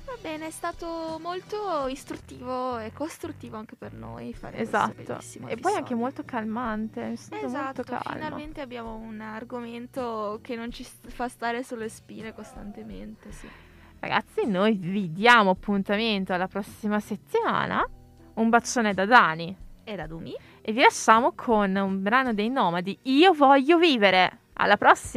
Va bene, è stato molto istruttivo e costruttivo anche per noi fare questo Esatto. bellissimo E poi anche episodio. molto calmante. Mi sento Esatto, molto calma. finalmente abbiamo un argomento che non ci st- fa stare sulle spine costantemente, sì. Ragazzi, noi vi diamo appuntamento alla prossima settimana. Un bacione da Dani. E da Dumi? E vi lasciamo con un brano dei Nomadi. Io voglio vivere. Alla prossima!